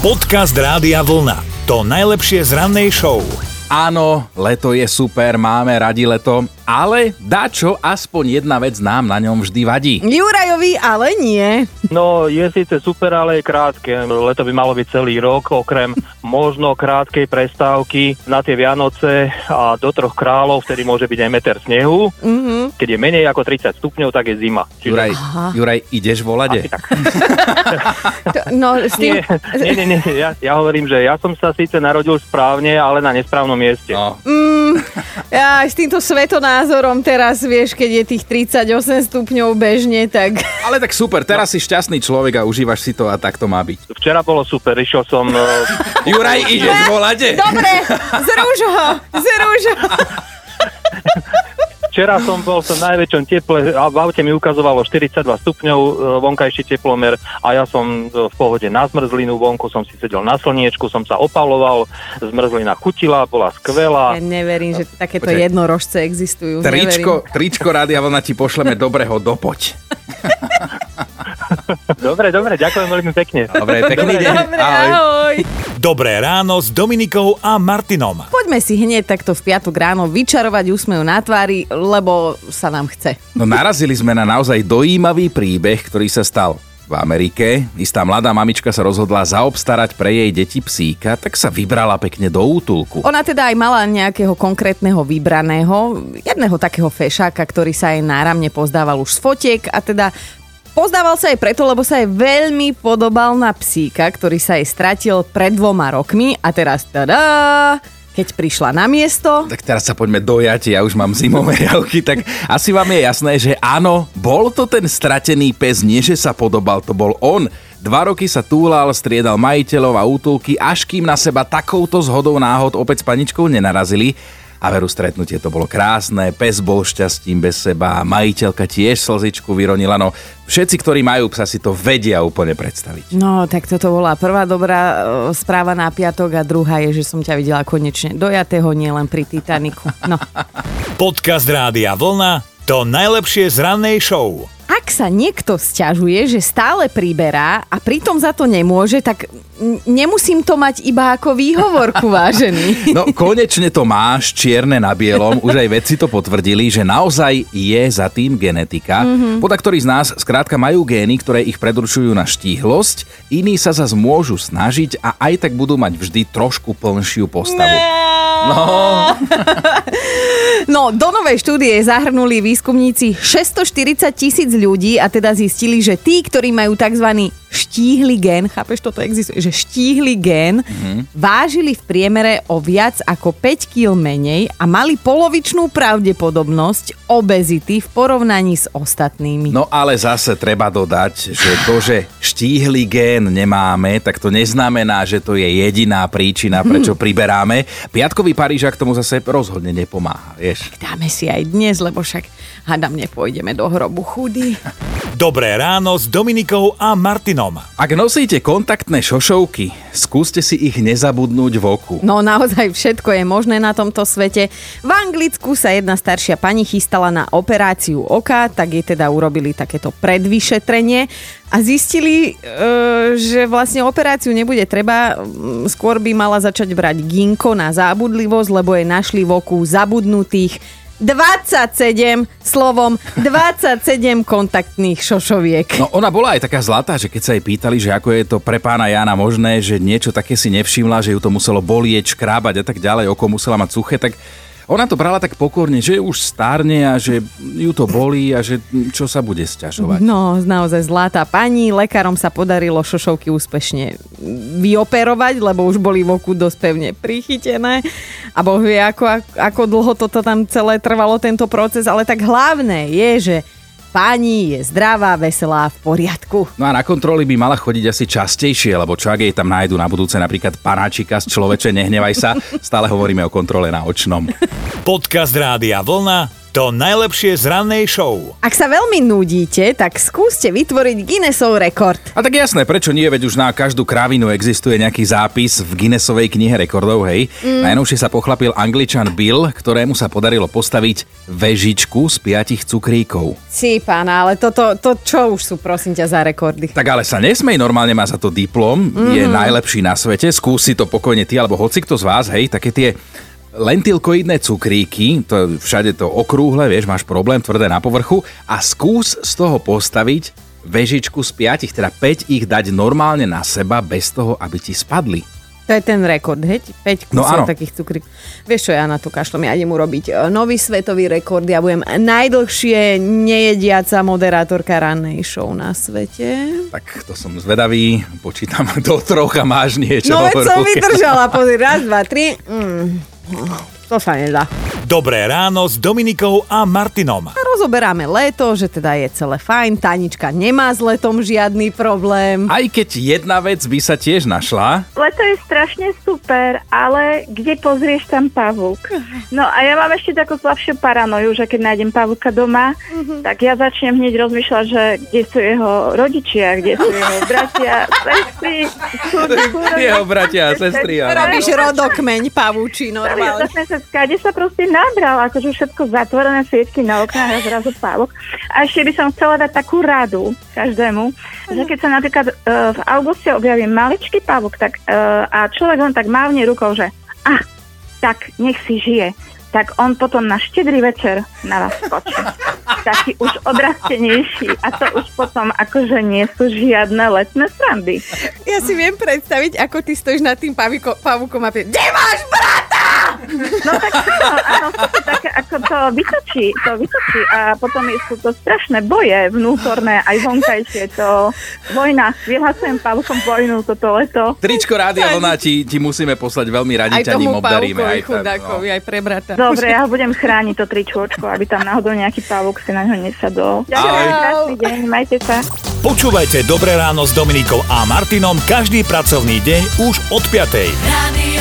Podcast Rádia Vlna. To najlepšie z rannej show. Áno, leto je super, máme radi leto, ale dačo, aspoň jedna vec nám na ňom vždy vadí. Jurajovi ale nie. No, je síce super, ale je krátke. Leto by malo byť celý rok, okrem možno krátkej prestávky na tie Vianoce a do 3 kráľov, vtedy môže byť aj meter snehu. Mm-hmm. Keď je menej ako 30 stupňov, tak je zima. Čiže... Juraj, ideš vo lade? No, s tým... Nie. Ja hovorím, že ja som sa síce narodil správne, ale na nesprávnom mieste. No. Ja s týmto svetonázorom teraz, vieš, keď je tých 38 stupňov bežne, tak... Ale tak super, teraz si šťastný človek a užívaš si to a tak to má byť. Včera bolo super, išiel som... Juraj, ideš vo lade? Dobre, zrúž ho. Včera som bol v najväčšom teple a v aute mi ukazovalo 42 stupňov vonkajší teplomer a ja som v pohode na zmrzlinu, vonku som si sedel na slniečku, som sa opaloval, zmrzlina chutila, bola skvelá. Ja neverím, že takéto jednorožce existujú. Tričko Rádia Vlna ti pošleme, dobre ho dopoď. Dobre, ďakujem veľmi pekne. Dobre, pekný deň. Ahoj. Dobré ráno s Dominikou a Martinom. Poďme si hneď takto v piatok ráno vyčarovať úsmev na tvári, lebo sa nám chce. No narazili sme na naozaj dojímavý príbeh, ktorý sa stal v Amerike. Istá mladá mamička sa rozhodla zaobstarať pre jej deti psíka, tak sa vybrala pekne do útulku. Ona teda aj mala nejakého konkrétneho vybraného, jedného takého fešáka, ktorý sa jej náramne pozdával už z fotiek a teda pozdával sa aj preto, lebo sa jej veľmi podobal na psíka, ktorý sa jej stratil pred 2 rokmi a teraz keď prišla na miesto... Tak teraz sa poďme dojať, ja už mám zimové riavky, tak asi vám je jasné, že áno, bol to ten stratený pes, nie že sa podobal, to bol on. 2 roky sa túlal, striedal majiteľov a útulky, až kým na seba takouto zhodou náhod opäť s paničkou nenarazili. A veru, stretnutie to bolo krásne, pes bol šťastím bez seba, majiteľka tiež slzičku vyronila, no všetci, ktorí majú psa, si to vedia úplne predstaviť. No, tak toto bola prvá dobrá správa na piatok a druhá je, že som ťa videla konečne dojatého, nielen pri Titaniku. No. Podcast Rádia Vlna, to najlepšie z rannej show. Ak sa niekto sťažuje, že stále priberá a pritom za to nemôže, tak nemusím to mať iba ako výhovorku, vážený. No konečne to máš čierne na bielom, už aj vedci to potvrdili, že naozaj je za tým genetika. Podľa ktorí z nás skrátka majú gény, ktoré ich predurčujú na štíhlosť, iní sa zas môžu snažiť a aj tak budú mať vždy trošku plnšiu postavu. No, do novej štúdie zahrnuli výskumníci 640,000 ľudí a teda zistili, že tí, ktorí majú tzv. Štíhly gén, chápeš, toto existuje, že štíhly gén, vážili v priemere o viac ako 5 kg menej a mali polovičnú pravdepodobnosť obezity v porovnaní s ostatnými. No ale zase treba dodať, že to, že štíhly gén nemáme, tak to neznamená, že to je jediná príčina, prečo priberáme. Piatkový Parížak tomu zase rozhodne nepomáha, vieš. Dáme si aj dnes, lebo však hádam nepôjdeme do hrobu chudí. Dobré ráno s Dominikou a Martinom. Ak nosíte kontaktné šošovky, skúste si ich nezabudnúť v oku. No naozaj všetko je možné na tomto svete. V Anglicku sa jedna staršia pani chystala na operáciu oka, tak jej teda urobili takéto predvyšetrenie a zistili, že vlastne operáciu nebude treba, skôr by mala začať brať ginko na zábudlivosť, lebo jej našli v oku zabudnutých 27 kontaktných šošoviek. No ona bola aj taká zlatá, že keď sa jej pýtali, že ako je to pre pána Jána možné, že niečo také si nevšimla, že ju to muselo bolieť, škrábať a tak ďalej, oko musela mať suché, tak ona to brala tak pokorne, že už stárne a že ju to bolí a že čo sa bude sťažovať. No, naozaj zlatá pani. Lekárom sa podarilo šošovky úspešne vyoperovať, lebo už boli v oku dosť pevne prichytené. A Boh vie, ako dlho toto tam celé trvalo, tento proces. Ale tak hlavné je, že pani je zdravá, veselá, v poriadku. No a na kontroly by mala chodiť asi častejšie, lebo čo ak jej tam nájdu na budúce napríklad panáčika z Človeče, nehnevaj sa. Stále hovoríme o kontrole na očnom. Podcast Rádia Vlna, To najlepšie z rannej show. Ak sa veľmi nudíte, tak skúste vytvoriť Guinnessov rekord. A tak jasné, prečo nie, veď už na každú krávinu existuje nejaký zápis v Guinnessovej knihe rekordov, hej. Najnovšie sa pochlapil Angličan Bill, ktorému sa podarilo postaviť vežičku z 5 cukríkov. Sí, pána, ale to čo už sú, prosím ťa, za rekordy? Tak ale sa nesmej, normálne má za to diplom, je najlepší na svete, skúsi to pokojne ty, alebo hocikto z vás, hej, také tie lentilkoidné cukríky, to všade to okrúhle, vieš, máš problém, tvrdé na povrchu a skús z toho postaviť vežičku z 5, teda 5 ich dať normálne na seba bez toho, aby ti spadli. To je ten rekord, heď? 5 kusov takých cukríkov. Vieš čo, ja na to kašlom, ja idem urobiť nový svetový rekord, ja budem najdlhšie nejediaca moderátorka rannej show na svete. Tak to som zvedavý, počítam do 3 a máš niečo. No veď som vydržala, pozri, 1, 2, 3. To sa nedá. Dobré ráno s Dominikou a Martinom. Rozoberáme leto, že teda je celé fajn, Tanička nemá s letom žiadny problém. Aj keď jedna vec by sa tiež našla. Leto je strašne super, ale kde pozrieš tam pavúk? No a ja mám ešte takú slabšiu paranoju, že keď nájdem pavúka doma, tak ja začnem hneď rozmýšľať, že kde sú jeho rodičia, kde sú jeho bratia, sestry. Jeho bratia a sestry. Robíš rodokmeň pavúči normálne. Kade sa proste nabral, akože všetko zatvorené, svietky na oknách a zrazu pavúk. A ešte by som chcela dať takú radu každému, že keď sa napríklad v auguste objaví maličký pavúk, tak, a človek len tak mávne rukou, že tak nech si žije, tak on potom na štedrý večer na vás skočí. Taký už odrastenejší a to už potom akože nie sú žiadne letné srandy. Ja si viem predstaviť, ako ty stojíš nad tým pavúkom a kde máš brata? No tak áno, to také, ako to vytočí a potom sú to strašné boje vnútorné, aj vonkajšie, to vojna, vyhlasujem pavúkom vojnu toto leto. Tričko Rádia Vlna ti musíme poslať, veľmi radi ťa ním obdaríme. Aj tomu chudákovi, aj pre brata. Dobre, ja budem chrániť to tričôčko, aby tam náhodou nejaký pavúk si na ňo nesadol. Ďakujem, krásny deň, majte sa. Počúvajte Dobré ráno s Dominikou a Martinom každý pracovný deň už od 5.